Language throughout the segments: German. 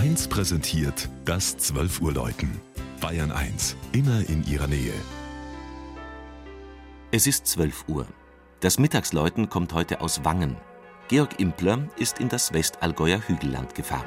1 präsentiert das 12 Uhr Läuten. Bayern 1, immer in ihrer Nähe. Es ist 12 Uhr. Das Mittagsläuten kommt heute aus Wangen. Georg Impler ist in das Westallgäuer Hügelland gefahren.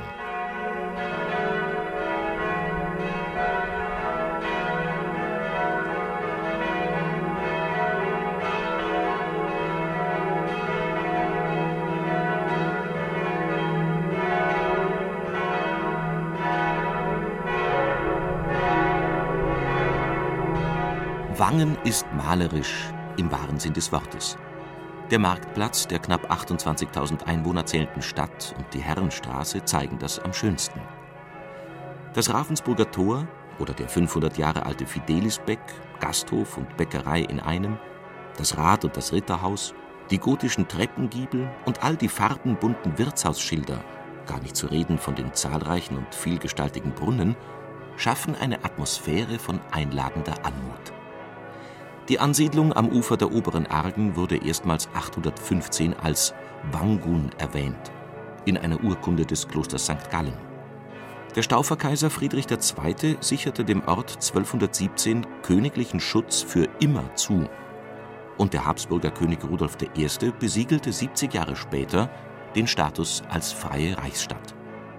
Wangen ist malerisch im wahren Sinn des Wortes. Der Marktplatz der knapp 28.000 Einwohner zählenden Stadt und die Herrenstraße zeigen das am schönsten. Das Ravensburger Tor oder der 500 Jahre alte Fidelisbeck, Gasthof und Bäckerei in einem, das Rad- und das Ritterhaus, die gotischen Treppengiebel und all die farbenbunten Wirtshausschilder, gar nicht zu reden von den zahlreichen und vielgestaltigen Brunnen, schaffen eine Atmosphäre von einladender Anmut. Die Ansiedlung am Ufer der oberen Argen wurde erstmals 815 als Wangun erwähnt, in einer Urkunde des Klosters St. Gallen. Der Stauferkaiser Friedrich II. Sicherte dem Ort 1217 königlichen Schutz für immer zu. Und der Habsburger König Rudolf I. besiegelte 70 Jahre später den Status als freie Reichsstadt.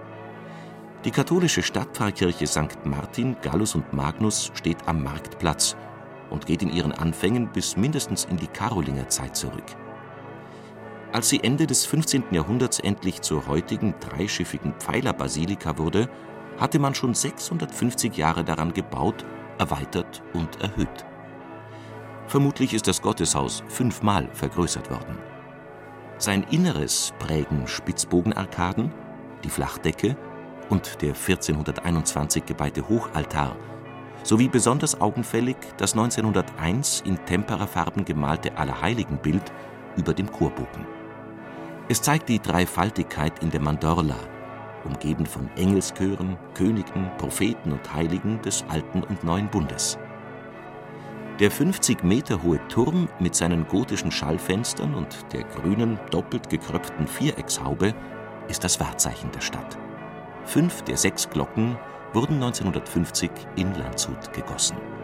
Die katholische Stadtpfarrkirche St. Martin, Gallus und Magnus steht am Marktplatz und geht in ihren Anfängen bis mindestens in die Karolingerzeit zurück. Als sie Ende des 15. Jahrhunderts endlich zur heutigen dreischiffigen Pfeilerbasilika wurde, hatte man schon 650 Jahre daran gebaut, erweitert und erhöht. Vermutlich ist das Gotteshaus 5-mal vergrößert worden. Sein Inneres prägen Spitzbogenarkaden, die Flachdecke und der 1421 geweihte Hochaltar, sowie besonders augenfällig das 1901 in Temperafarben gemalte Allerheiligenbild über dem Chorbogen. Es zeigt die Dreifaltigkeit in der Mandorla, umgeben von Engelschören, Königen, Propheten und Heiligen des Alten und Neuen Bundes. Der 50 Meter hohe Turm mit seinen gotischen Schallfenstern und der grünen, doppelt gekröpften Viereckshaube ist das Wahrzeichen der Stadt. 5 der 6 Glocken wurden 1950 in Landshut gegossen.